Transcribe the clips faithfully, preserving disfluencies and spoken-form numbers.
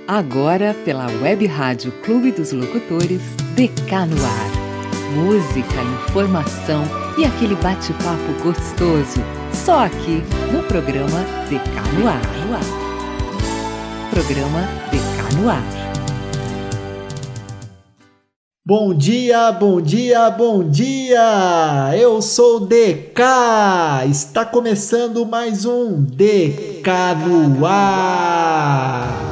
Agora, pela Web Rádio Clube dos Locutores, D K no Ar. Música, informação e aquele bate-papo gostoso. Só aqui no programa D K no Ar. Programa D K no Ar. Bom dia, bom dia, bom dia! Eu sou o D K! Está começando mais um D K no Ar!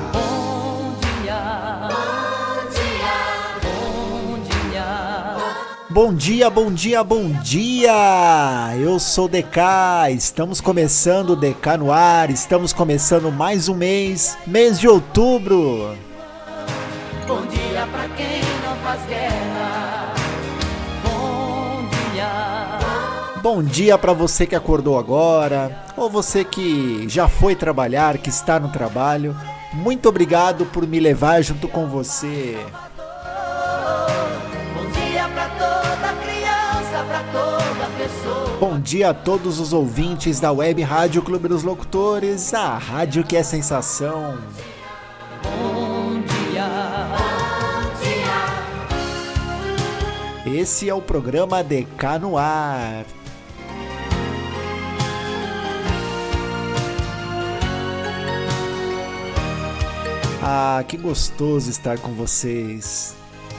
Bom dia, bom dia, bom dia! Eu sou o D K, estamos começando o D K no Ar, estamos começando mais um mês, mês de outubro. Bom dia pra quem não faz guerra. Bom dia. Bom dia pra você que acordou agora, ou você que já foi trabalhar, que está no trabalho. Muito obrigado por me levar junto com você. Bom dia a todos os ouvintes da Web Rádio Clube dos Locutores, a rádio que é sensação. Bom dia. Bom dia. Esse é o programa D K no Ar. Ah, que gostoso estar com vocês.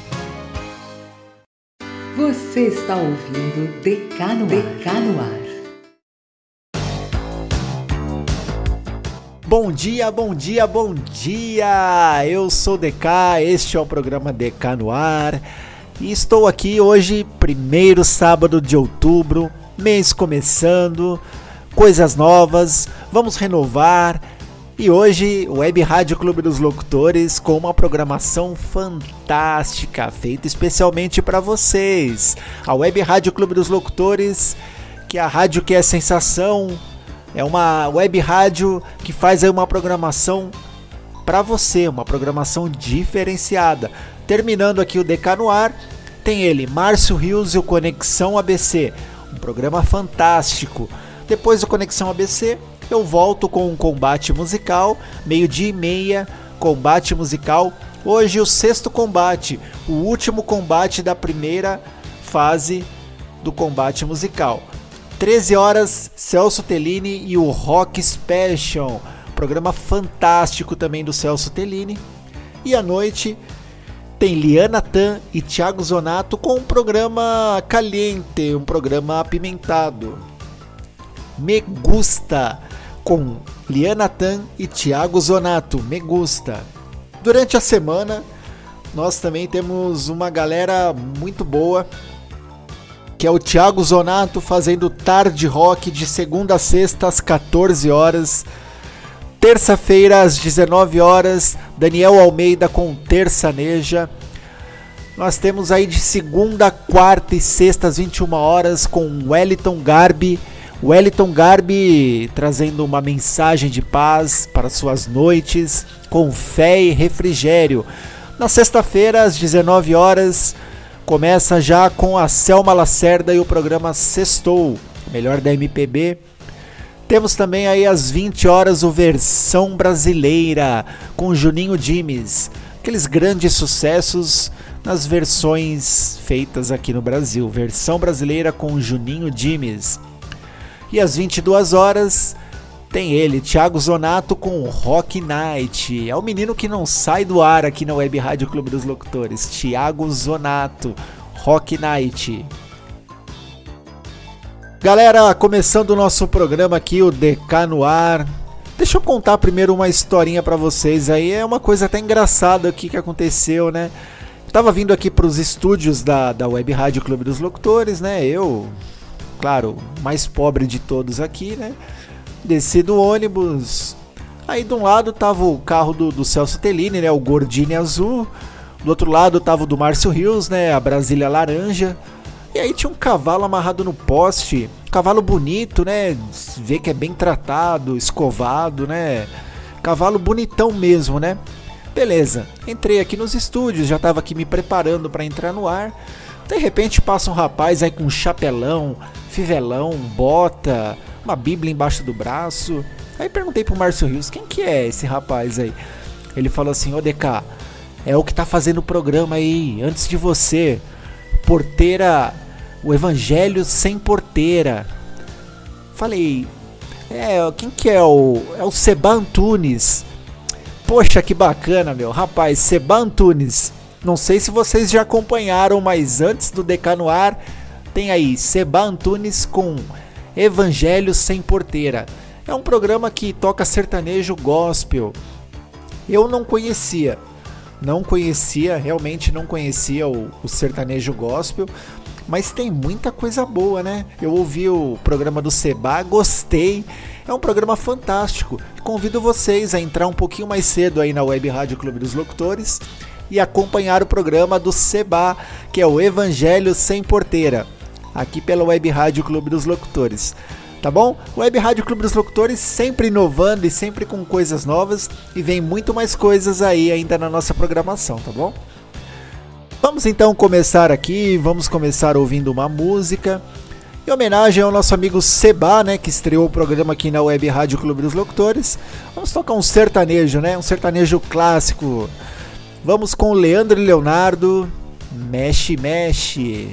Você está ouvindo D K no, D K no Ar. Bom dia, bom dia, bom dia! Eu sou o D K, este é o programa D K no Ar. E estou aqui hoje, primeiro sábado de outubro, mês começando, coisas novas, vamos renovar. E hoje, Web Rádio Clube dos Locutores com uma programação fantástica, feita especialmente para vocês. A Web Rádio Clube dos Locutores, que é a rádio que é sensação, é uma web rádio que faz aí uma programação para você, uma programação diferenciada. Terminando aqui o D K no Ar, tem ele, Márcio Rios e o Conexão A B C, um programa fantástico. Depois do Conexão A B C, eu volto com um combate musical, meio-dia e meia, combate musical. Hoje o sexto combate, o último combate da primeira fase do combate musical. treze horas, Celso Tellini e o Rock Special, programa fantástico também do Celso Tellini. E à noite tem Liana Tan e Thiago Zonato com um programa caliente, um programa apimentado. Me Gusta, com Liana Tan e Thiago Zonato, Me Gusta. Durante a semana, nós também temos uma galera muito boa, que é o Thiago Zonato fazendo Tarde Rock de segunda a sexta às quatorze horas. Terça-feira às dezenove horas, Daniel Almeida com Terçaneja. Nós temos aí de segunda, quarta e sexta às vinte e uma horas com Wellington Garbi. Wellington Garbi trazendo uma mensagem de paz para suas noites com fé e refrigério. Na sexta-feira, às dezenove horas, começa já com a Selma Lacerda e o programa Sextou, melhor da M P B. Temos também aí às vinte horas o Versão Brasileira com Juninho Dimes, aqueles grandes sucessos nas versões feitas aqui no Brasil. Versão Brasileira com Juninho Dimes. E às vinte e duas horas tem ele, Thiago Zonato com Rock Night. É o menino que não sai do ar aqui na Web Rádio Clube dos Locutores. Thiago Zonato, Rock Night. Galera, começando o nosso programa aqui, o D K no Ar. Deixa eu contar primeiro uma historinha pra vocês aí. É uma coisa até engraçada aqui que aconteceu, né? Eu tava vindo aqui pros estúdios da, da Web Rádio Clube dos Locutores, né? Eu... Claro, mais pobre de todos aqui, né? Desci do ônibus. Aí de um lado tava o carro do, do Celso Tellini, né? O Gordini azul. Do outro lado tava o do Márcio Rios, né? A Brasília laranja. E aí tinha um cavalo amarrado no poste. Cavalo bonito, né? Vê que é bem tratado, escovado, né? Cavalo bonitão mesmo, né? Beleza, entrei aqui nos estúdios, já tava aqui me preparando para entrar no ar. De repente passa um rapaz aí com um chapelão, fivelão, bota, uma bíblia embaixo do braço. Aí perguntei pro Márcio Rios, quem que é esse rapaz aí? Ele falou assim: ô D K, é o que tá fazendo o programa aí, antes de você, Porteira, o Evangelho Sem Porteira. Falei, é, quem que é o... é o Seba Antunes. Poxa, que bacana, meu, rapaz, Seba Antunes. Não sei se vocês já acompanharam, mas antes do D K no ar, tem aí Seba Antunes com Evangelho Sem Porteira. É um programa que toca sertanejo gospel. Eu não conhecia, não conhecia, realmente não conhecia o, o sertanejo gospel, mas tem muita coisa boa, né? Eu ouvi o programa do Seba, gostei, é um programa fantástico. Convido vocês a entrar um pouquinho mais cedo aí na Web Rádio Clube dos Locutores e acompanhar o programa do Seba, que é o Evangelho Sem Porteira, aqui pela Web Rádio Clube dos Locutores. Tá bom? Web Rádio Clube dos Locutores sempre inovando e sempre com coisas novas, e vem muito mais coisas aí ainda na nossa programação, tá bom? Vamos então começar aqui, vamos começar ouvindo uma música em homenagem ao nosso amigo Seba, né, que estreou o programa aqui na Web Rádio Clube dos Locutores. Vamos tocar um sertanejo, né, um sertanejo clássico. Vamos com Leandro e Leonardo, Mexe Mexe.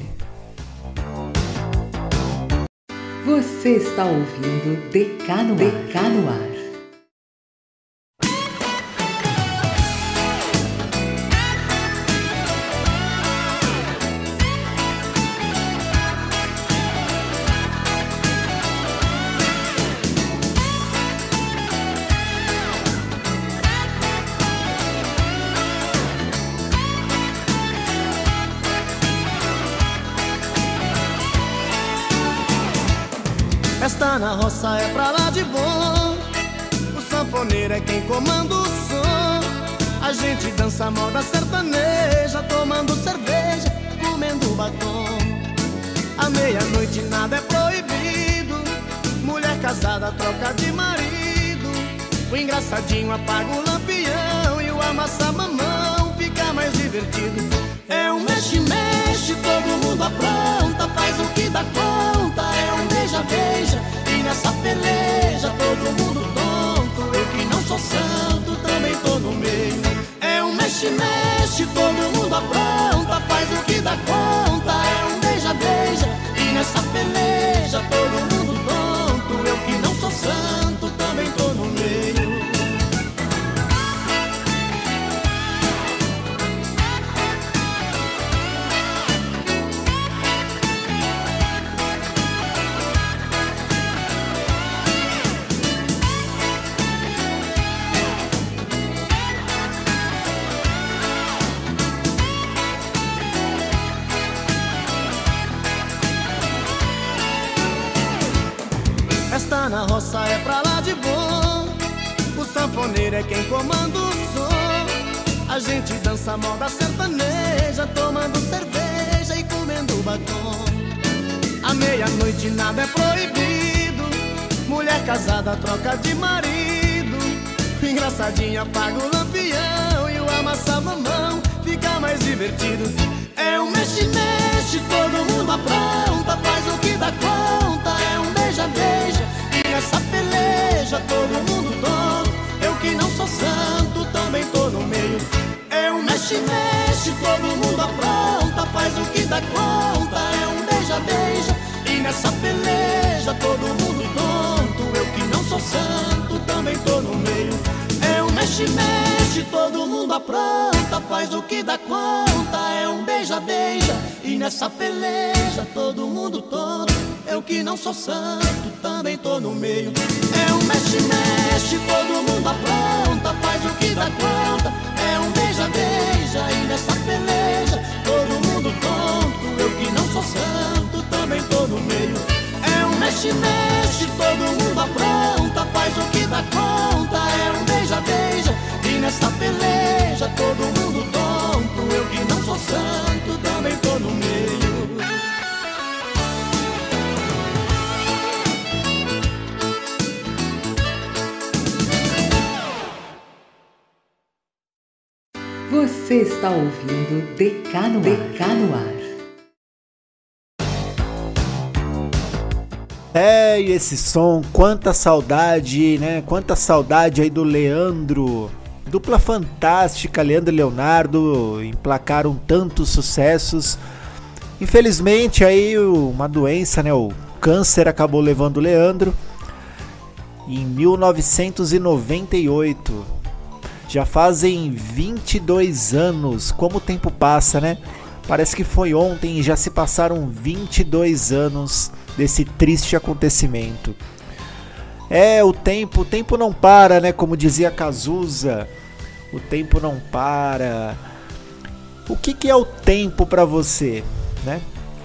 Você está ouvindo D K no D K no ar. Festa na roça é pra lá de bom, o sanfoneiro é quem comanda o som. A gente dança moda sertaneja, tomando cerveja, comendo batom. À meia-noite nada é proibido, mulher casada troca de marido. O engraçadinho apaga o lampião e o amassa-mamão fica mais divertido. É um mexe-mexe, todo mundo apronta, faz o que dá conta. É um beija-beija, e nessa peleja todo mundo tonto. Eu que não sou santo, também tô no meio. É um mexe-mexe, todo mundo apronta, faz o que dá conta. É um beija-beija, e nessa peleja todo mundo tonto. Eu que não sou santo, também tô no meio. Festa na roça é pra lá de bom, o sanfoneiro é quem comanda o som. A gente dança moda sertaneja, tomando cerveja e comendo batom. À meia-noite nada é proibido, mulher casada troca de marido. Engraçadinha apaga o lampião e o amassa-mamão fica mais divertido. É um mexe-mexe, todo mundo apronta, faz o que dá conta. É um beija-beija, e nessa peleja todo mundo tonto. Eu que não sou santo, também tô no meio. É um mexe-mexe, todo mundo apronta, faz o que dá conta. É um beija-beija, e nessa peleja todo mundo tonto. Eu que não sou santo, também tô no meio. É um mexe-mexe, todo mundo apronta, faz o que dá conta. É um beija-beija, e nessa peleja todo mundo tonto. Eu que não sou santo, também tô no meio. É um mexe-mexe, todo mundo apronta, faz o que dá conta. É um beija-beija, e nessa peleja todo mundo tonto. Eu que não sou santo, também tô no meio. É um mexe-mexe, todo mundo apronta, faz o que dá conta. É um beija-beija, e nessa peleja todo mundo tonto. Eu que não sou santo, também tô no meio. Você está ouvindo D K no D K no ar. É, e esse som, quanta saudade, né? Quanta saudade aí do Leandro. Dupla fantástica, Leandro e Leonardo, emplacaram tantos sucessos. Infelizmente aí uma doença, né, o câncer acabou levando o Leandro em mil novecentos e noventa e oito. Já fazem vinte e dois anos, como o tempo passa, né? Parece que foi ontem e já se passaram vinte e dois anos desse triste acontecimento. É, o tempo, o tempo não para, né? Como dizia Cazuza, o tempo não para. O que, que é o tempo para você, né?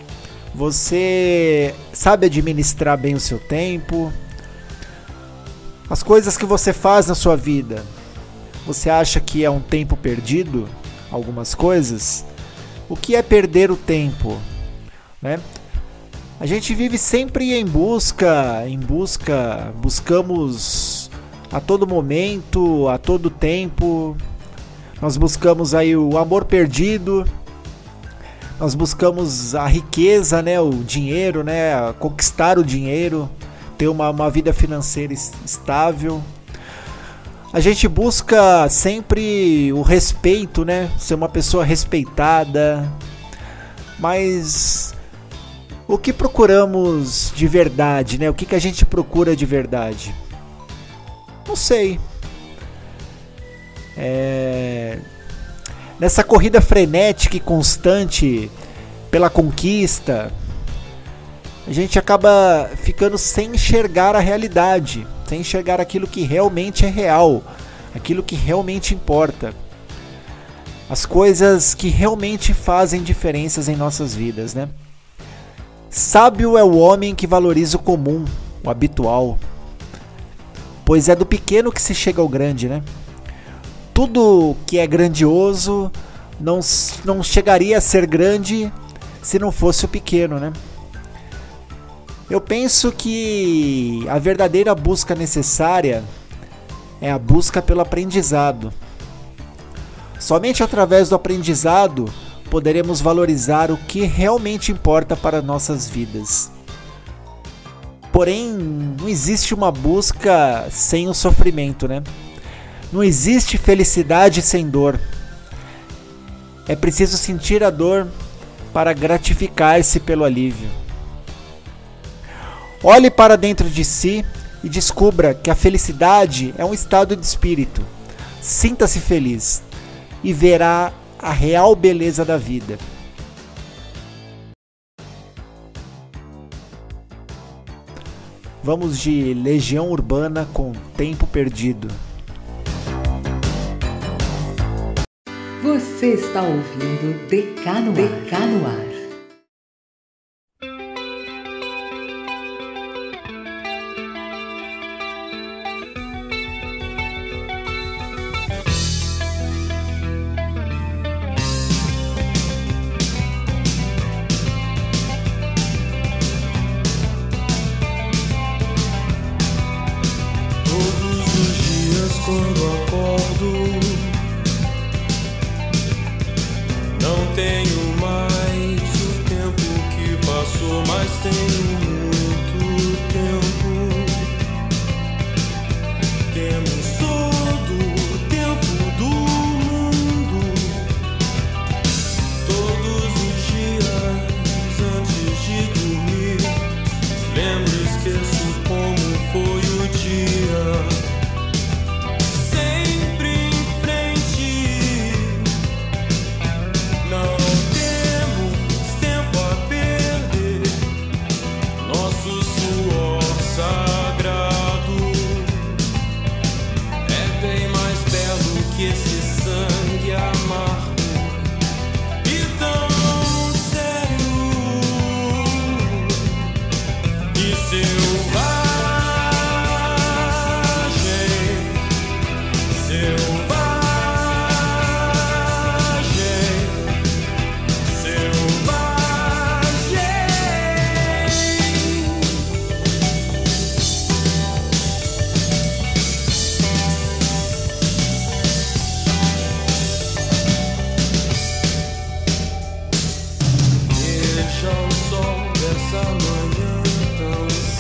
Você sabe administrar bem o seu tempo? As coisas que você faz na sua vida, você acha que é um tempo perdido? Algumas coisas? O que é perder o tempo, né? A gente vive sempre em busca, em busca, buscamos a todo momento, a todo tempo. Nós buscamos aí o amor perdido, nós buscamos a riqueza, né, o dinheiro, né, conquistar o dinheiro, ter uma, uma vida financeira estável. A gente busca sempre o respeito, né, ser uma pessoa respeitada, mas o que procuramos de verdade, né? O que, que a gente procura de verdade? Não sei. É... Nessa corrida frenética e constante pela conquista, a gente acaba ficando sem enxergar a realidade, sem enxergar aquilo que realmente é real, aquilo que realmente importa, as coisas que realmente fazem diferenças em nossas vidas, né? Sábio é o homem que valoriza o comum, o habitual, pois é do pequeno que se chega ao grande, né? Tudo que é grandioso não, não chegaria a ser grande se não fosse o pequeno, né? Eu penso que a verdadeira busca necessária é a busca pelo aprendizado. Somente através do aprendizado poderemos valorizar o que realmente importa para nossas vidas. Porém, não existe uma busca sem o sofrimento, né? Não existe felicidade sem dor. É preciso sentir a dor para gratificar-se pelo alívio. Olhe para dentro de si e descubra que a felicidade é um estado de espírito. Sinta-se feliz e verá a real beleza da vida. Vamos de Legião Urbana com Tempo Perdido. Você está ouvindo D K no Ar. D K no Ar.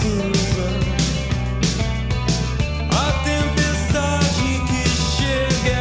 A tempestade que chega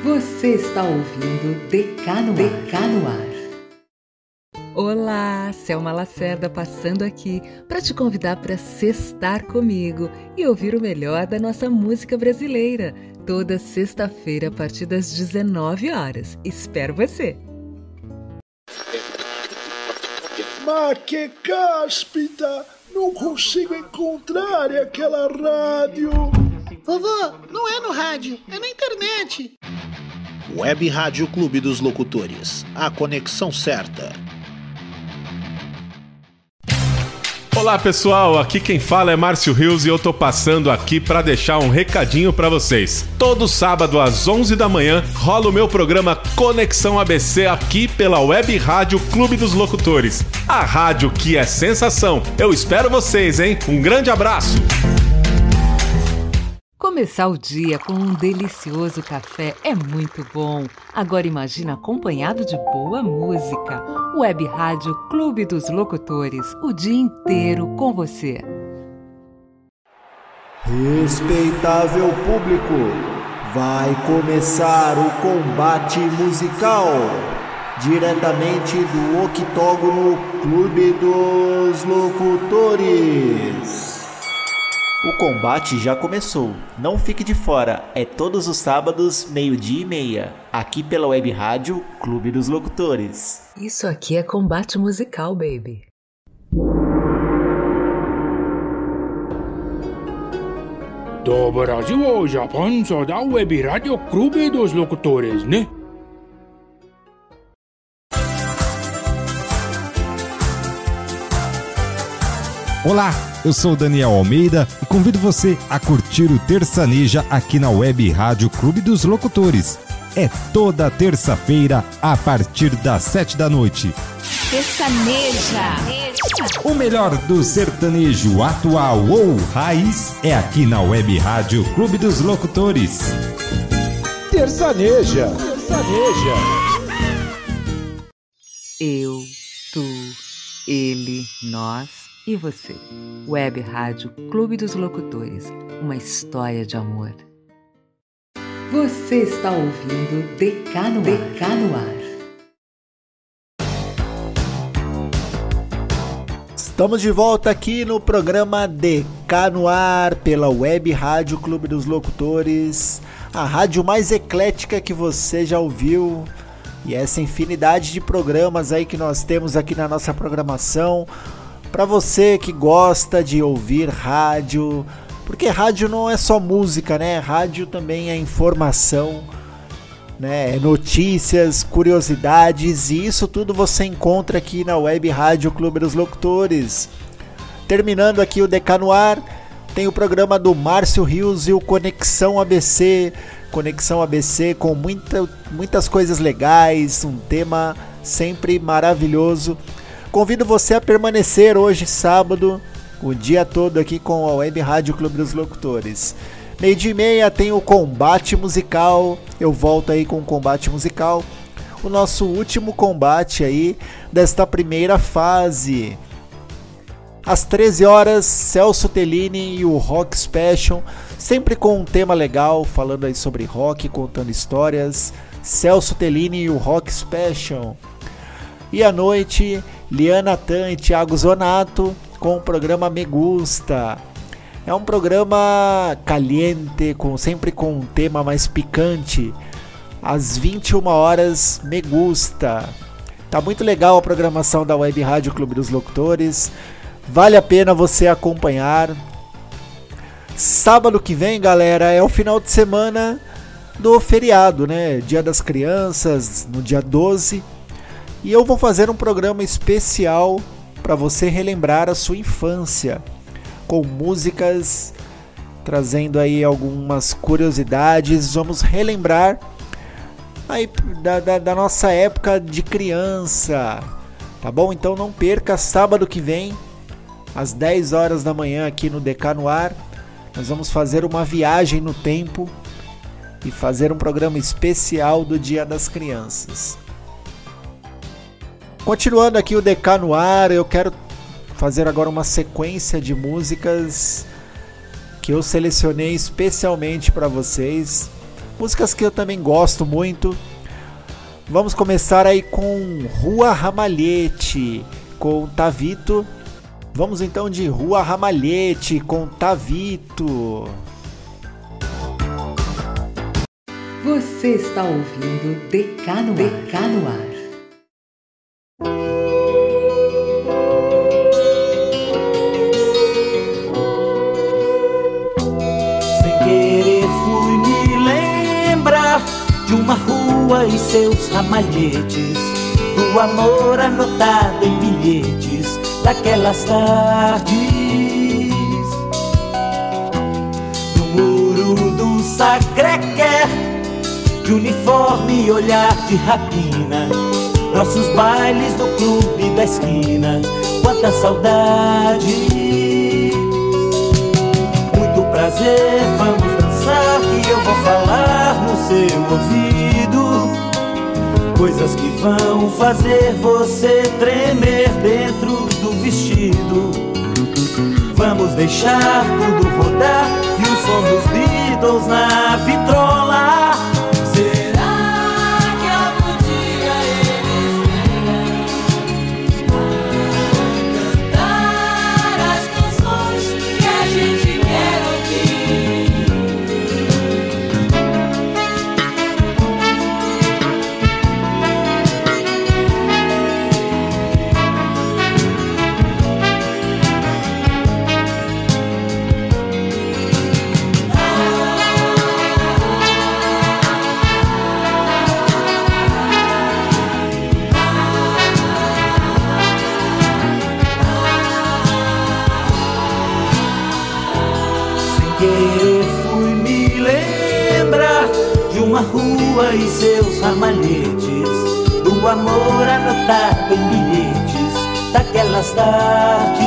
Você está ouvindo D K no D K no Ar. Olá, Selma Lacerda passando aqui para te convidar para sextar comigo e ouvir o melhor da nossa música brasileira, toda sexta-feira a partir das dezenove horas. Espero você! Mas que cáspita! Não consigo encontrar aquela rádio! Vovô, não é no rádio, é na internet! Web Rádio Clube dos Locutores, a conexão certa. Olá pessoal, aqui quem fala é Márcio Rios e eu tô passando aqui para deixar um recadinho para vocês. Todo sábado às onze da manhã rola o meu programa Conexão A B C aqui pela Web Rádio Clube dos Locutores. A rádio que é sensação. Eu espero vocês, hein? Um grande abraço! Começar o dia com um delicioso café é muito bom. Agora imagina acompanhado de boa música. Web Rádio Clube dos Locutores, o dia inteiro com você. Respeitável público, vai começar o combate musical, diretamente do octógono Clube dos Locutores. O combate já começou, não fique de fora, é todos os sábados, meio-dia e meia, aqui pela Web Rádio Clube dos Locutores. Isso aqui é combate musical, baby. Do Brasil ao Japão só dá Web Rádio Clube dos Locutores, né? Olá, eu sou o Daniel Almeida e convido você a curtir o Terçaneja aqui na Web Rádio Clube dos Locutores. É toda terça-feira a partir das sete da noite. Terçaneja. O melhor do sertanejo atual ou raiz é aqui na Web Rádio Clube dos Locutores. Terçaneja. Terçaneja. Eu, tu, ele, nós e você. Web Rádio Clube dos Locutores, uma história de amor. Você está ouvindo D K no D K no Ar. Estamos de volta aqui no programa D K no Ar pela Web Rádio Clube dos Locutores, a rádio mais eclética que você já ouviu. E essa infinidade de programas aí que nós temos aqui na nossa programação. Para você que gosta de ouvir rádio, porque rádio não é só música, né? Rádio também é informação, né? É notícias, curiosidades, e isso tudo você encontra aqui na Web Rádio Clube dos Locutores. Terminando aqui o D K no Ar, tem o programa do Márcio Rios e o Conexão A B C. Conexão A B C com muita, muitas coisas legais, um tema sempre maravilhoso. Convido você a permanecer hoje, sábado, o dia todo aqui com a Web Rádio Clube dos Locutores. Meio-dia e meia tem o combate musical, eu volto aí com o combate musical, o nosso último combate aí desta primeira fase. Às treze horas, Celso Tellini e o Rock Special, sempre com um tema legal, falando aí sobre rock, contando histórias. Celso Tellini e o Rock Special. E à noite, Liana Tan e Thiago Zonato com o programa Me Gusta. É um programa caliente, com, sempre com um tema mais picante. Às vinte e uma horas, Me Gusta. Tá muito legal a programação da Web Rádio Clube dos Locutores. Vale a pena você acompanhar. Sábado que vem, galera, é o final de semana do feriado, né? Dia das Crianças, no dia doze. E eu vou fazer um programa especial para você relembrar a sua infância, com músicas, trazendo aí algumas curiosidades. Vamos relembrar aí da, da, da nossa época de criança, tá bom? Então não perca, sábado que vem, às dez horas da manhã aqui no D K no Ar, nós vamos fazer uma viagem no tempo e fazer um programa especial do Dia das Crianças. Continuando aqui o D K no Ar, eu quero fazer agora uma sequência de músicas que eu selecionei especialmente para vocês. músicas que eu também gosto muito. Vamos começar aí com Rua Ramalhete, com Tavito. Vamos então de Rua Ramalhete, com Tavito. Você está ouvindo D K no Ar. D K no Ar. De uma rua e seus ramalhetes, do amor anotado em bilhetes daquelas tardes, no muro do Sacré-Cœur, de uniforme e olhar de rapina, nossos bailes no clube da esquina, quanta saudade. Muito prazer, vamos dançar que eu vou falar no seu ouvido, coisas que vão fazer você tremer dentro do vestido. Vamos deixar tudo rodar e o som dos Beatles na vitrola. Será que algum dia eles venham a cantar as canções que a gente quer ouvir? Que fui me lembrar de uma rua e seus ramalhetes, do amor anotado em bilhetes daquelas tardes,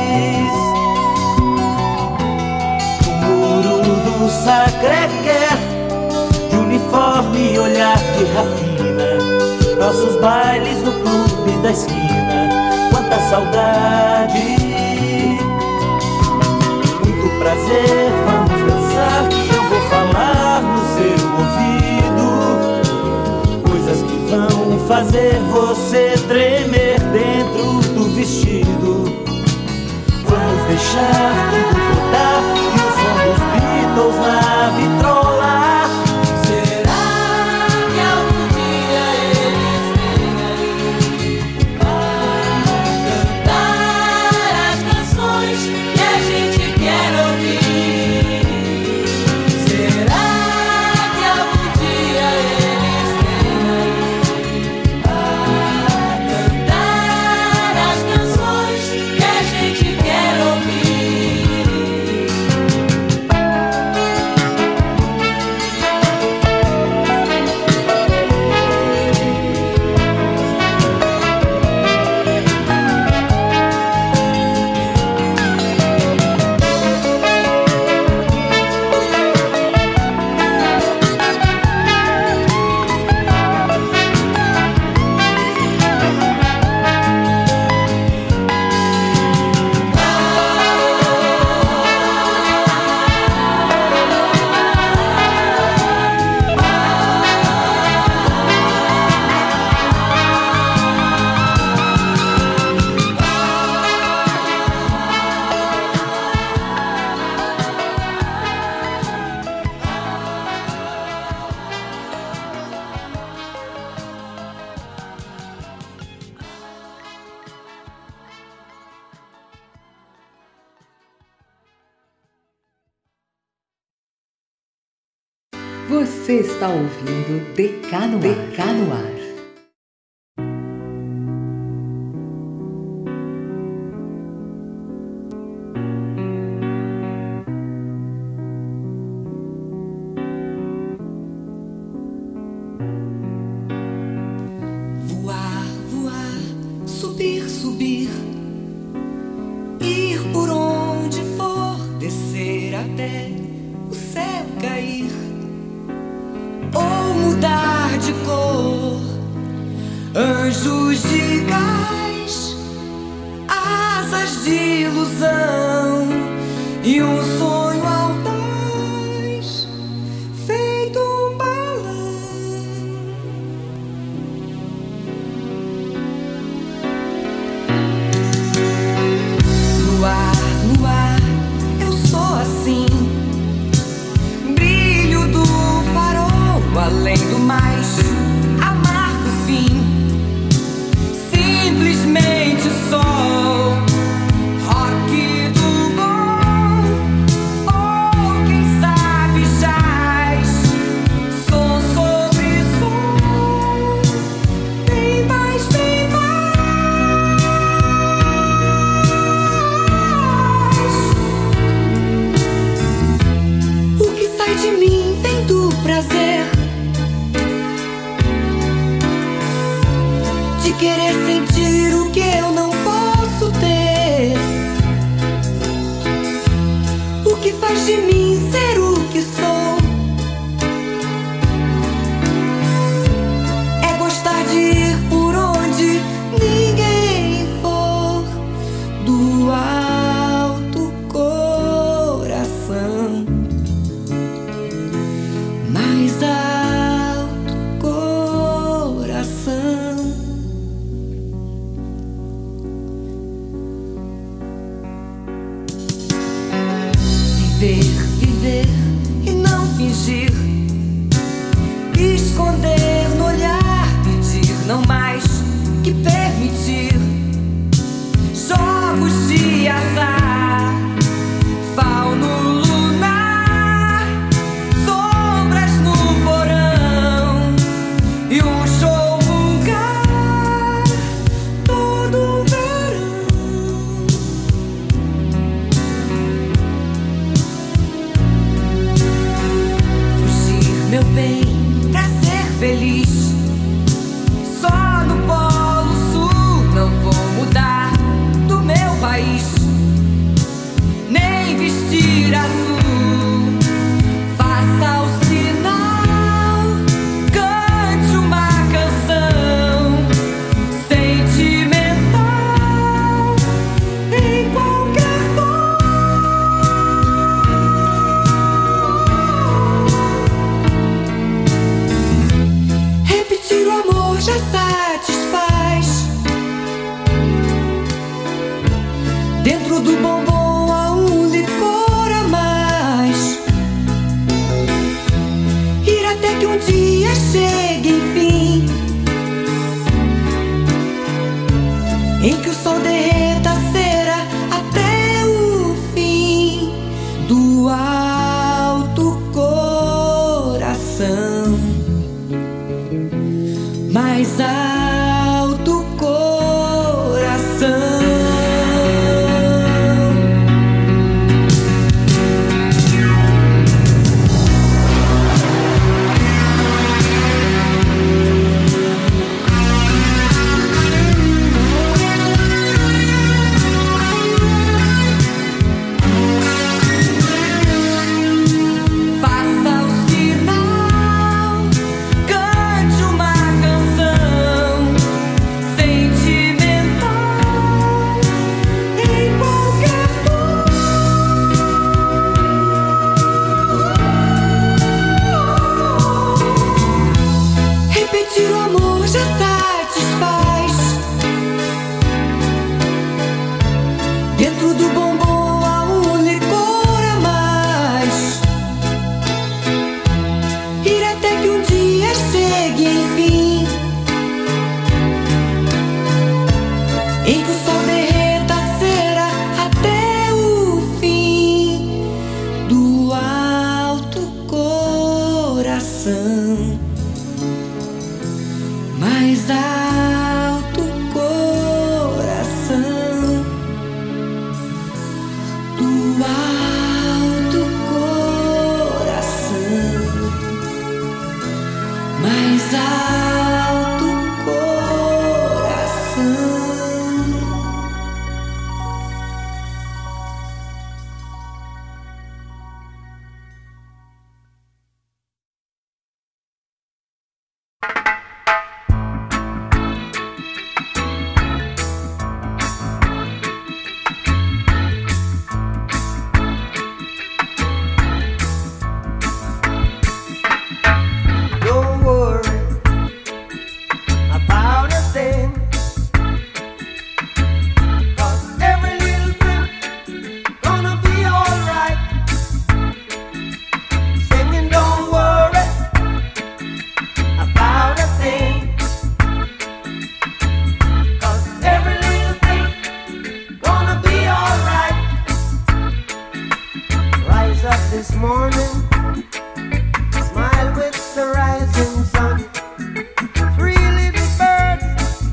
no muro do Sacré-Cœur, de uniforme e olhar de rapina, nossos bailes no clube da esquina, quanta saudade. Prazer, vamos dançar que eu vou falar no seu ouvido, coisas que vão fazer você tremer dentro do vestido. Vamos deixar tudo rodar e o som dos Beatles na vitrola. Será que algum dia eles venham a cantar as canções que a gente quer ouvir? Será que algum dia eles venham a cantar as canções que a gente quer ouvir? Você está ouvindo D K no Ar. D K no Ar. Voar, voar, subir, subir, ir por onde for, descer até o céu cair, ou mudar de cor, anjos de gás, asas de ilusão e um sonho audaz, feito um sai de mim vem do prazer de querer sentir o que eu não posso ter. O que faz de mim ser o que sou é gostar de ir por onde ninguém for, do alto coração, mais alto coração. Viver, viver e não fingir, esconder no olhar, pedir não mais que permitir. Jogos de azar, fauno lunar, sombras no porão e um show vulgar todo verão. Fugir, meu bem, pra ser feliz. Só no Polo Sul não vou mudar do meu país, nem vestir azul. Faça o sinal, cante uma canção sentimental em qualquer tom. Repetir o amor já satisfaz. Dentro do bombom há um licor a mais. Ir até que um dia chegue, enfim, em que o sol derreta a cera até o fim, do alto coração, mais alto coração. Faça o sinal, cante uma canção sentimental em qualquer tom. Repetir o amor já satisfaz. Dentro do bombom há um licor a mais. Ir até que um dia chegue, enfim, em que o sol derreta a cera até o fim, do alto coração, mais alto coração, do alto coração, mais alto coração. Don't worry about a thing, 'cause every little thing gonna be alright. Singing, don't worry about a thing, 'cause every little thing gonna be alright. Rise up this morning, smile with the rising sun. Three little birds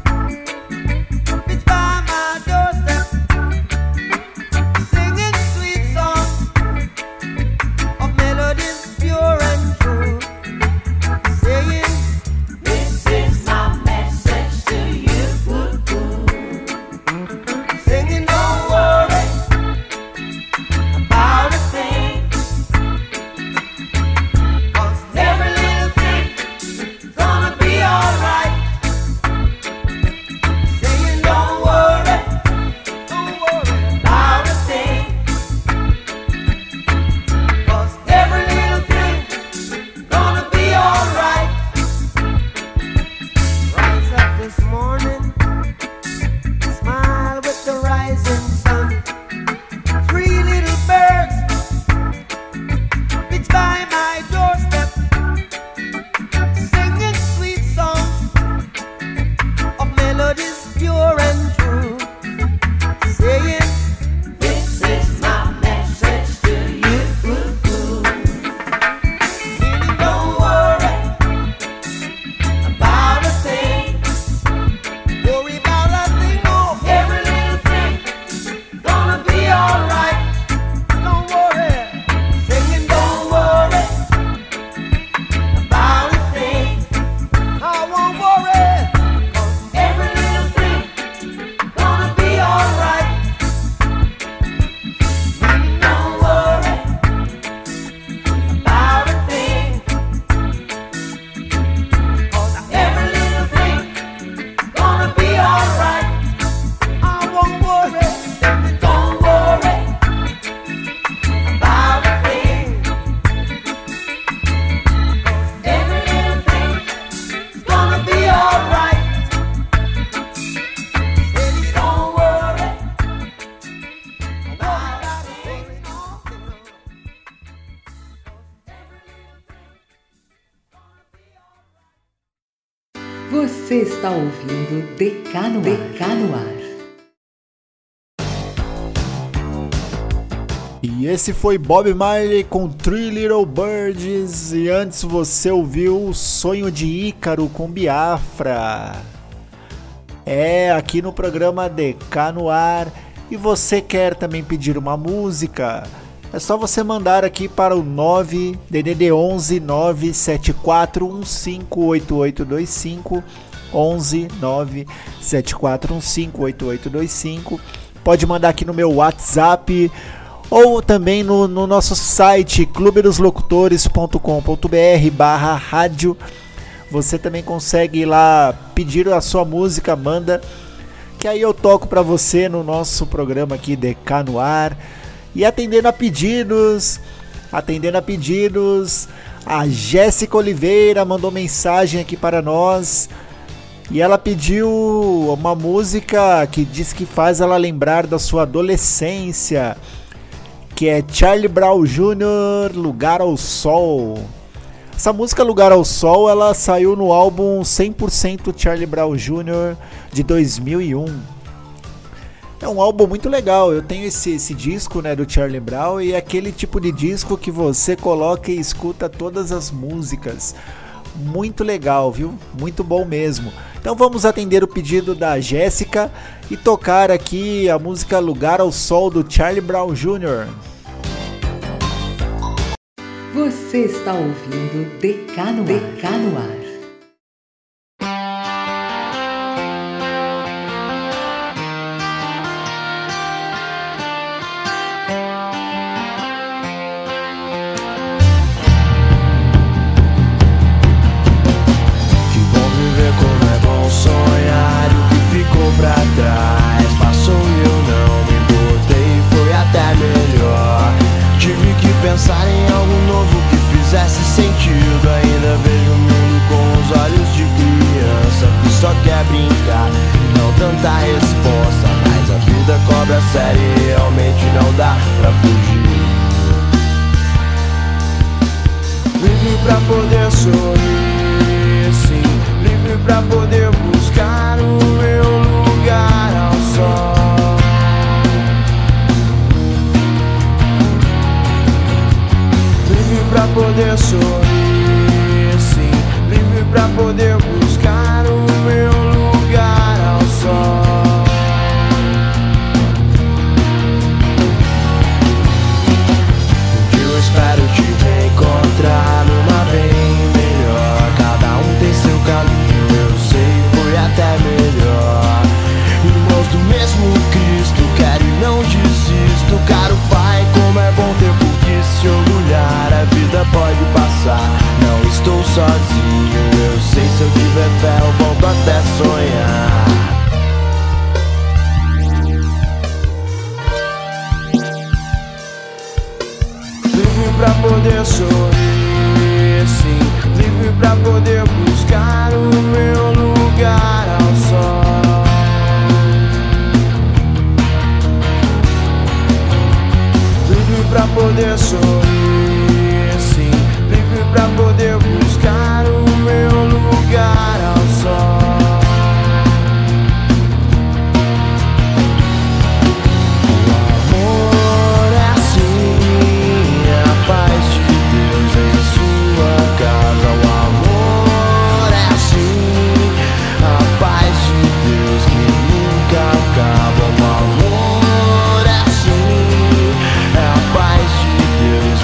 pitch by my doorstep, singing sweet songs of melodies Você está ouvindo D K no Ar. D K no Ar. E esse foi Bob Marley com Three Little Birds. E antes você ouviu O Sonho de Ícaro com Biafra. É, aqui no programa D K no Ar. E você quer também pedir uma música? É só você mandar aqui para o nove D D D onze nove sete quatro um cinco oito oito dois cinco, onze nove sete quatro um cinco oito oito dois cinco. Pode mandar aqui no meu WhatsApp ou também no, no nosso site clube dos locutores ponto com ponto br barra rádio. Você também consegue ir lá pedir a sua música, manda, que aí eu toco para você no nosso programa aqui D K no Ar. E atendendo a pedidos, atendendo a pedidos, a Jéssica Oliveira mandou mensagem aqui para nós. E ela pediu uma música que diz que faz ela lembrar da sua adolescência, que é Charlie Brown Júnior, Lugar ao Sol. Essa música Lugar ao Sol, ela saiu no álbum cem por cento Charlie Brown Júnior de dois mil e um. É um álbum muito legal, eu tenho esse, esse disco, né, do Charlie Brown, e é aquele tipo de disco que você coloca e escuta todas as músicas. Muito legal, viu? Muito bom mesmo. Então vamos atender o pedido da Jéssica e tocar aqui a música Lugar ao Sol do Charlie Brown Júnior Você está ouvindo D K no Ar. D K no Ar. Pra trás, passou e eu não me importei, foi até melhor. Tive que pensar em algo novo que fizesse sentido. Ainda vejo o mundo com os olhos de criança que só quer brincar e não tanta resposta. Mas a vida cobra sério e realmente não dá pra fugir. Livre pra poder sorrir, sim. Livre pra poder buscar o meu lugar ao sol. Livre pra poder sorrir, sim. Livre pra poder buscar o meu lugar ao sol. Um dia eu espero te reencontrar numa bem melhor. Cada um tem seu caminho, eu sei, foi até melhor. Irmãos do mesmo Cristo, quero e não desisto. Caro Pai, como é bom ter por que se orgulhar. A vida pode passar, não estou sozinho. Eu sei, se eu tiver fé eu volto até sonhar. Livre pra poder sorrir, sim. Livre pra poder buscar o meu lugar ao sol. Livre pra poder sorrir, sim. Livre pra poder buscar o meu lugar ao sol. O amor é assim, a paz de Deus em sua casa. O amor é assim, a paz de Deus que nunca acaba. O amor é assim, é a paz de Deus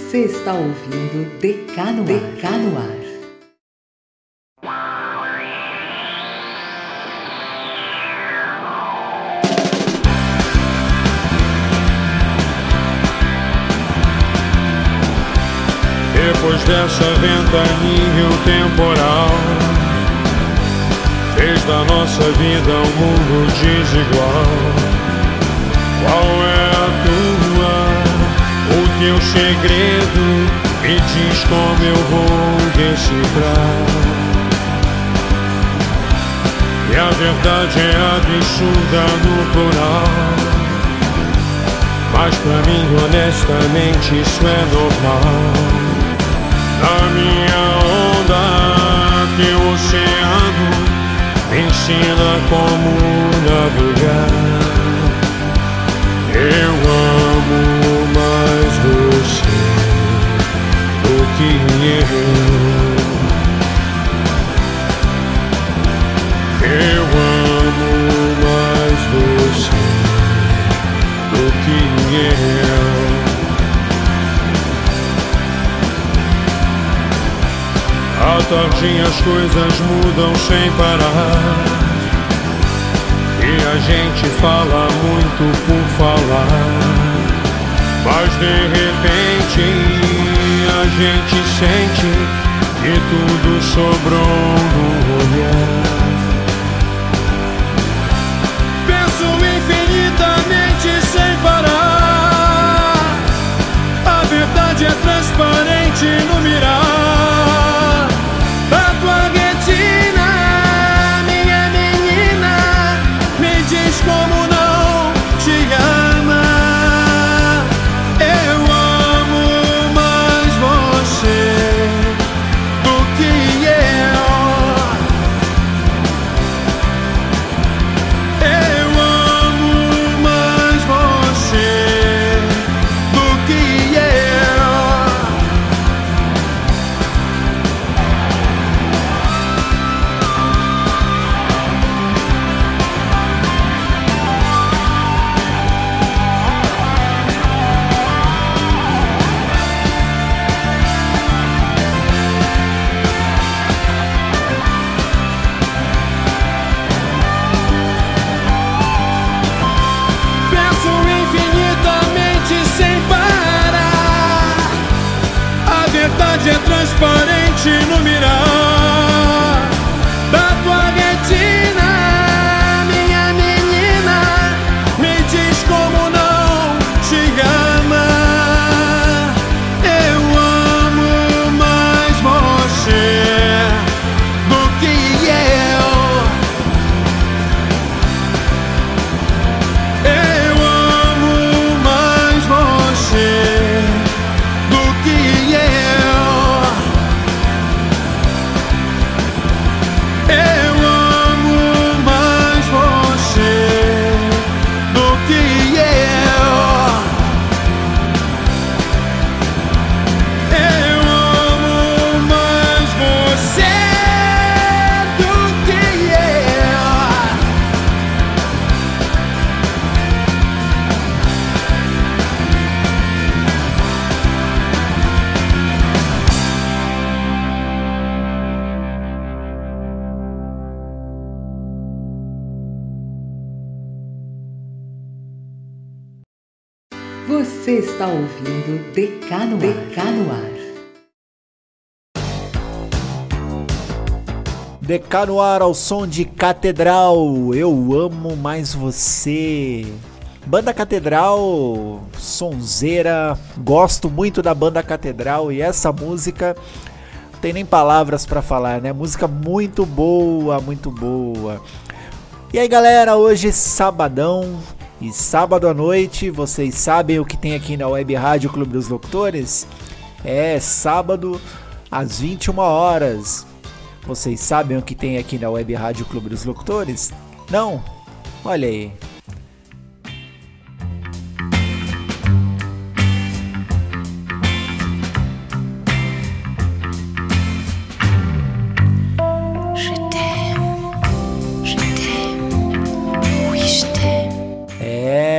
Você está ouvindo D K no Ar. D K no Ar. Depois dessa ventania o temporal fez da nossa vida um mundo desigual. Qual é a tua, o teu segredo? Me diz como eu vou decifrar. E a verdade é absurda no plural, mas pra mim honestamente isso é normal. Na minha onda, teu oceano me ensina como navegar. Eu amo mais você do que eu. Eu amo mais você do que eu. À tardinha as coisas mudam sem parar, e a gente fala muito por falar, mas de repente a gente sente que tudo sobrou no olhar. Penso infinitamente sem parar, a verdade é transparente no mirar. Como não te ama? Eu amo mais você do que eu. Eu amo mais você do que eu. É transparente no mirar da tua retina, minha menina. Me diz como não te ama. Eu amo mais você do que eu. Eu amo mais você do que eu. Você está ouvindo D K no Ar. D K no Ar. D K no Ar ao som de Catedral. Eu amo mais você. Banda Catedral, sonzeira. Gosto muito da Banda Catedral e essa música não tem nem palavras pra falar, né? Música muito boa, muito boa. E aí, galera, hoje sabadão. E sábado à noite, vocês sabem o que tem aqui na Web Rádio Clube dos Locutores? É sábado às vinte e uma horas. Vocês sabem o que tem aqui na Web Rádio Clube dos Locutores? Não? Olha aí.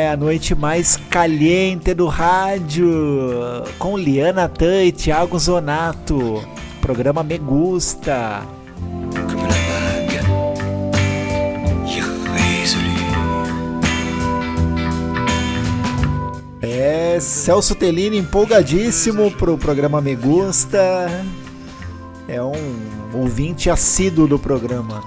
é a noite mais caliente do rádio, com Liana Tan e Thiago Zonato. Programa Me Gusta. É, Celso Tellini empolgadíssimo pro programa Me Gusta. É um ouvinte assíduo do programa.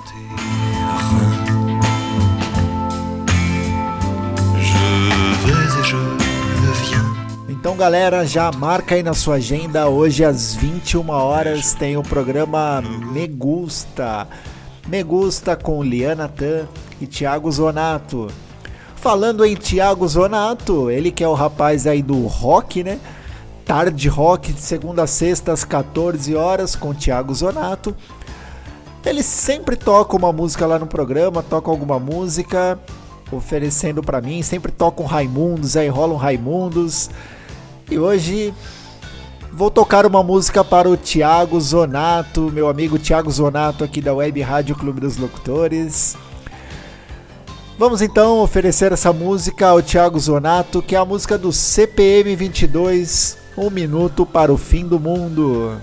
Então, galera, já marca aí na sua agenda. Hoje às vinte e uma horas tem o programa Me Gusta. Me Gusta com Liana Tan e Thiago Zonato. Falando em Thiago Zonato, ele que é o rapaz aí do rock, né? Tarde Rock, de segunda a sexta às quatorze horas com Thiago Zonato. Ele sempre toca uma música lá no programa, toca alguma música oferecendo pra mim, sempre toca um Raimundos, aí rola um Raimundos. E hoje vou tocar uma música para o Thiago Zonato, meu amigo Thiago Zonato aqui da Web Rádio Clube dos Locutores. Vamos então oferecer essa música ao Thiago Zonato, que é a música do C P M vinte e dois, Um Minuto para o Fim do Mundo.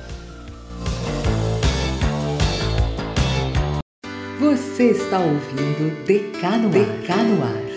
Você está ouvindo D K no Ar. D K no Ar.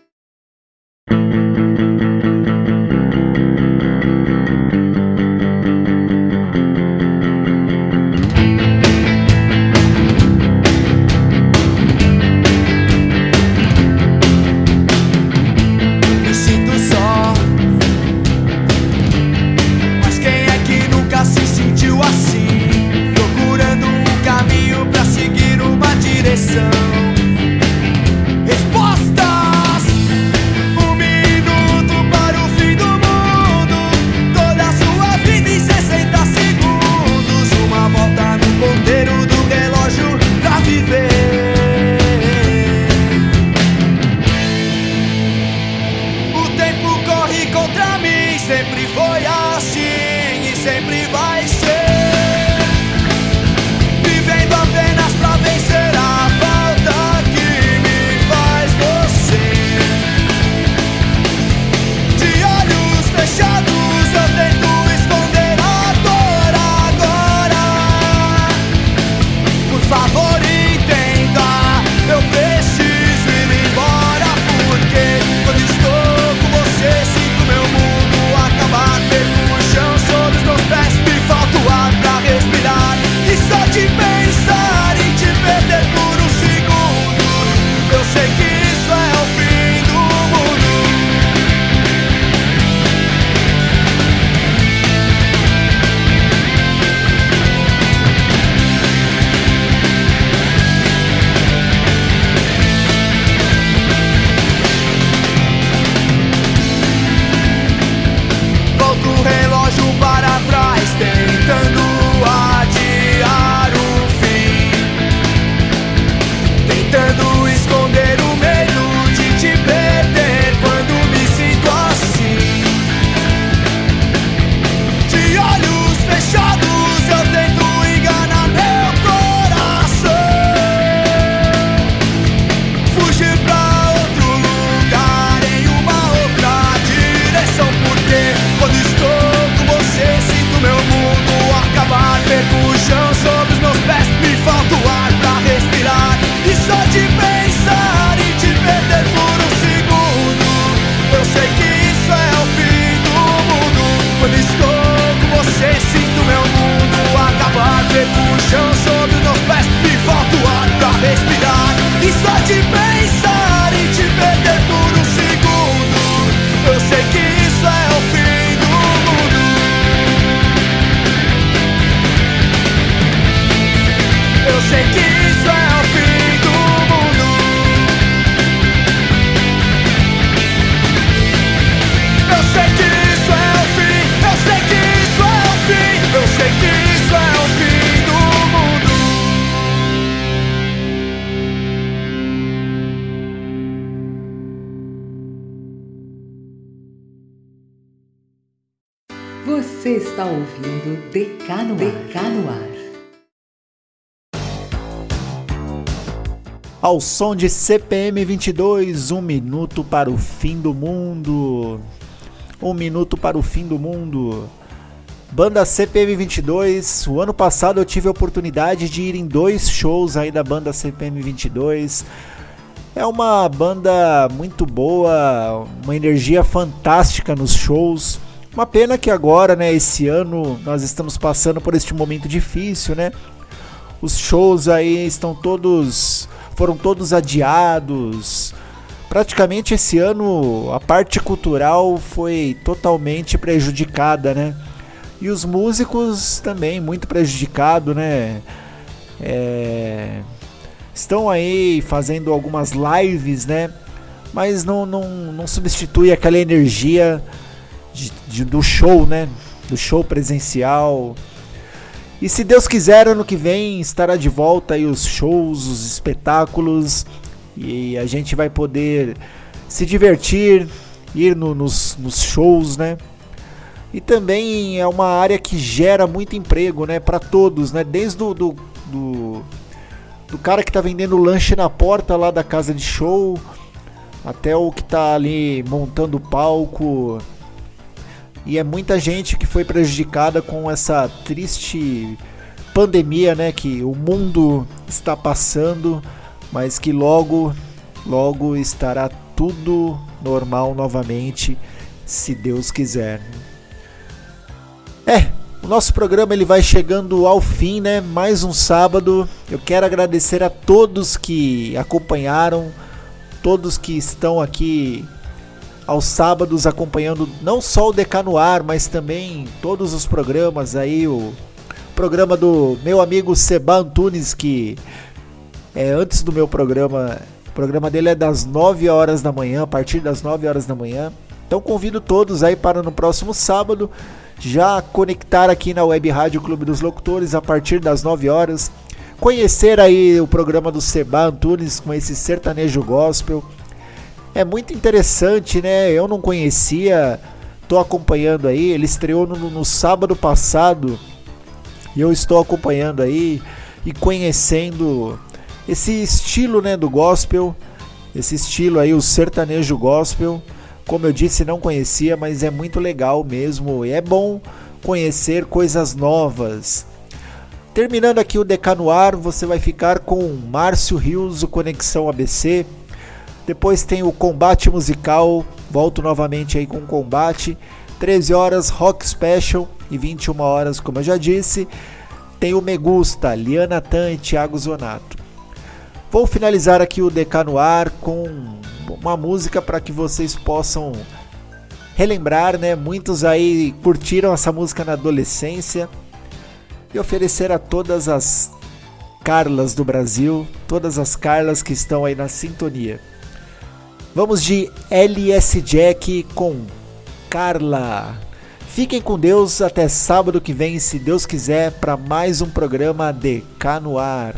Você está ouvindo D K no Ar. D K no Ar. Ao som de C P M vinte e dois, um minuto para o fim do mundo. Um minuto para o fim do mundo. Banda C P M vinte e dois, o ano passado eu tive a oportunidade de ir em dois shows aí da banda C P M vinte e dois. É uma banda muito boa, uma energia fantástica nos shows. Uma pena que agora, né, esse ano nós estamos passando por este momento difícil, né? Os shows aí estão todos, foram todos adiados. Praticamente esse ano a parte cultural foi totalmente prejudicada, né? E os músicos também muito prejudicados, né? É... Estão aí fazendo algumas lives, né? Mas não, não, não substitui aquela energia de, de, do show, né? Do show presencial. E se Deus quiser, ano que vem estará de volta aí os shows, os espetáculos. E a gente vai poder se divertir, ir no, nos, nos shows, né? E também é uma área que gera muito emprego, né? Para todos, né? Desde do, do, do, do cara que tá vendendo lanche na porta lá da casa de show, até o que tá ali montando o palco. E é muita gente que foi prejudicada com essa triste pandemia, né? Que o mundo está passando, mas que logo, logo estará tudo normal novamente, se Deus quiser. É, o nosso programa ele vai chegando ao fim, né? Mais um sábado. Eu quero agradecer a todos que acompanharam, todos que estão aqui aos sábados acompanhando não só o D K no Ar, mas também todos os programas aí, o programa do meu amigo Seba Antunes, que é antes do meu programa. O programa dele é das nove horas da manhã, a partir das nove horas da manhã. Então convido todos aí para no próximo sábado já conectar aqui na Web Rádio Clube dos Locutores a partir das nove horas. Conhecer aí o programa do Seba Antunes com esse sertanejo gospel. É muito interessante, né? Eu não conhecia, tô acompanhando aí. Ele estreou no, no sábado passado e eu estou acompanhando aí e conhecendo esse estilo, né, do gospel, esse estilo aí, o sertanejo gospel. Como eu disse, não conhecia, mas é muito legal mesmo. E é bom conhecer coisas novas. Terminando aqui o D K no Ar, você vai ficar com Márcio Rios, o Conexão A B C. Depois tem o Combate Musical, volto novamente aí com o Combate. treze horas, Rock Special, e vinte e uma horas, como eu já disse, tem o Me Gusta, Liana Tan e Thiago Zonato. Vou finalizar aqui o D K no Ar com uma música para que vocês possam relembrar, né? Muitos aí curtiram essa música na adolescência. E oferecer a todas as Carlas do Brasil, todas as Carlas que estão aí na sintonia. Vamos de L S Jack com Carla. Fiquem com Deus, até sábado que vem, se Deus quiser, para mais um programa D K no Ar.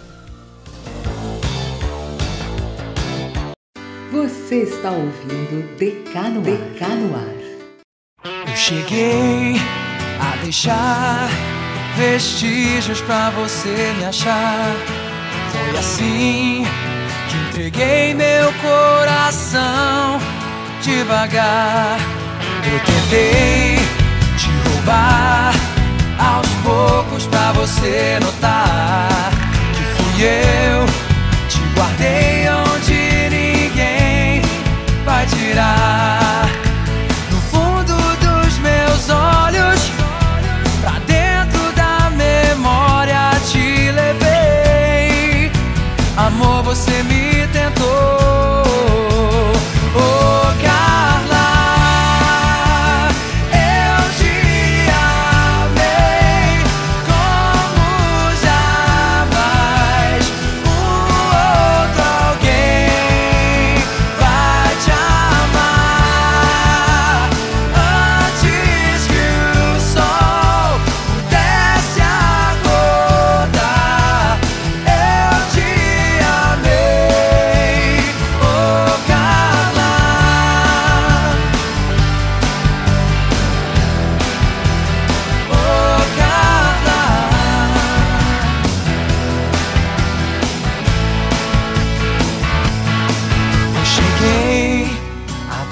Você está ouvindo D K no Ar. D K no Ar. Eu cheguei a deixar vestígios pra você me achar. Foi assim que entreguei meu coração devagar. Eu tentei te roubar aos poucos pra você notar que fui eu, te guardei onde ninguém vai tirar. No fundo dos meus olhos, pra dentro da memória te levei. Amor, você me tentou. Oh, Carla, eu te amei como jamais um outro alguém.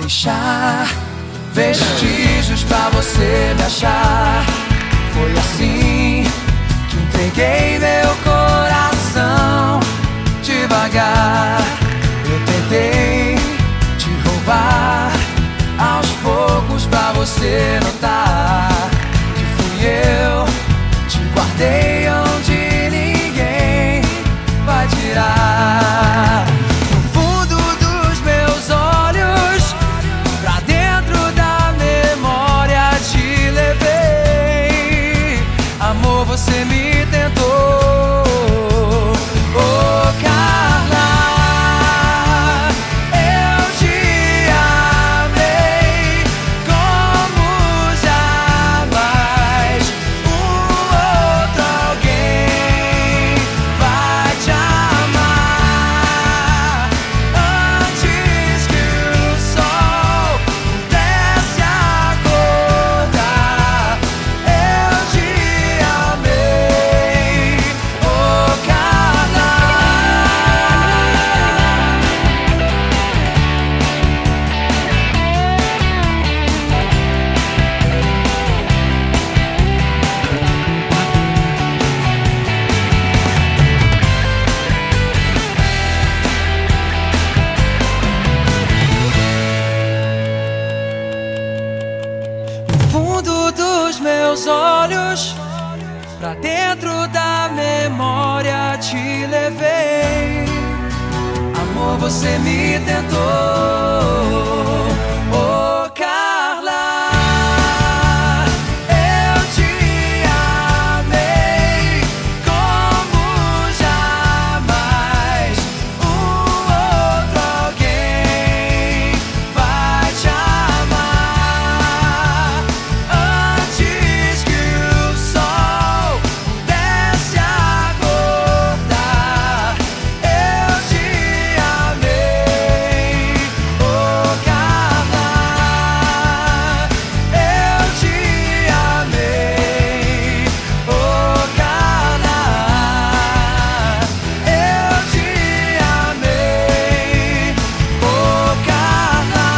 deixar vestígios pra você me achar. Foi assim que entreguei meu coração. Devagar eu tentei te roubar, aos poucos pra você notar que fui eu. Te guardei onde ninguém vai tirar. No fundo dos meus olhos, pra dentro da memória te levei. Amor, você me tentou. Oh, Carla, eu te amei como jamais um outro alguém vai te amar. Antes que o sol pudesse acordar, eu te amei. Oh, Carla. No fundo dos meus olhos, pra dentro da memória te levei. Amor, você me tentou. Oh, Carla, eu te amei como jamais um outro alguém vai te amar. Antes que o sol pudesse acordar, eu te amei. Oh, Carla, eu te amei. Oh, Carla, eu te amei. Oh, Carla.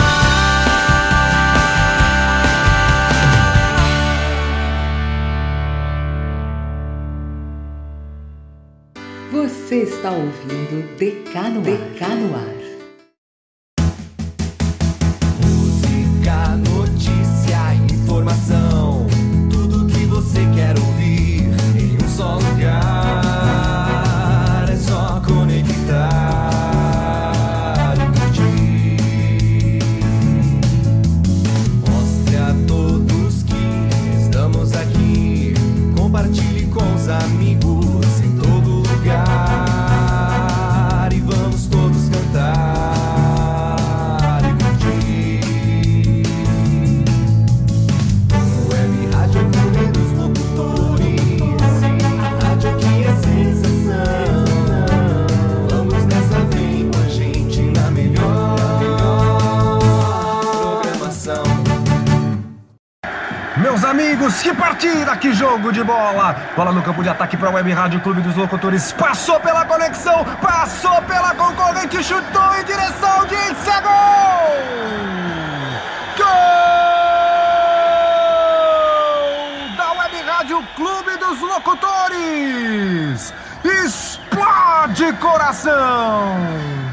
Você está ouvindo D K no D K no ar. Música, notícia, informação, tudo que você quer ouvir em um só lugar. É só conectar e curtir. Mostre a todos que estamos aqui. Compartilhe com os amigos em todo lugar. E vamos todos cantar e curtir. Web Rádio Clube dos Locutores, a rádio que é sensação. Vamos nessa, vem com a gente na melhor programação. Meus amigos, que partida, que jogo de bola! Bola no campo de ataque para a Web Rádio Clube dos Locutores. Passou pela conexão, passou pela concorrente, chutou em direção de Índice, gol! Gol! Da Web Rádio Clube dos Locutores! Explode coração!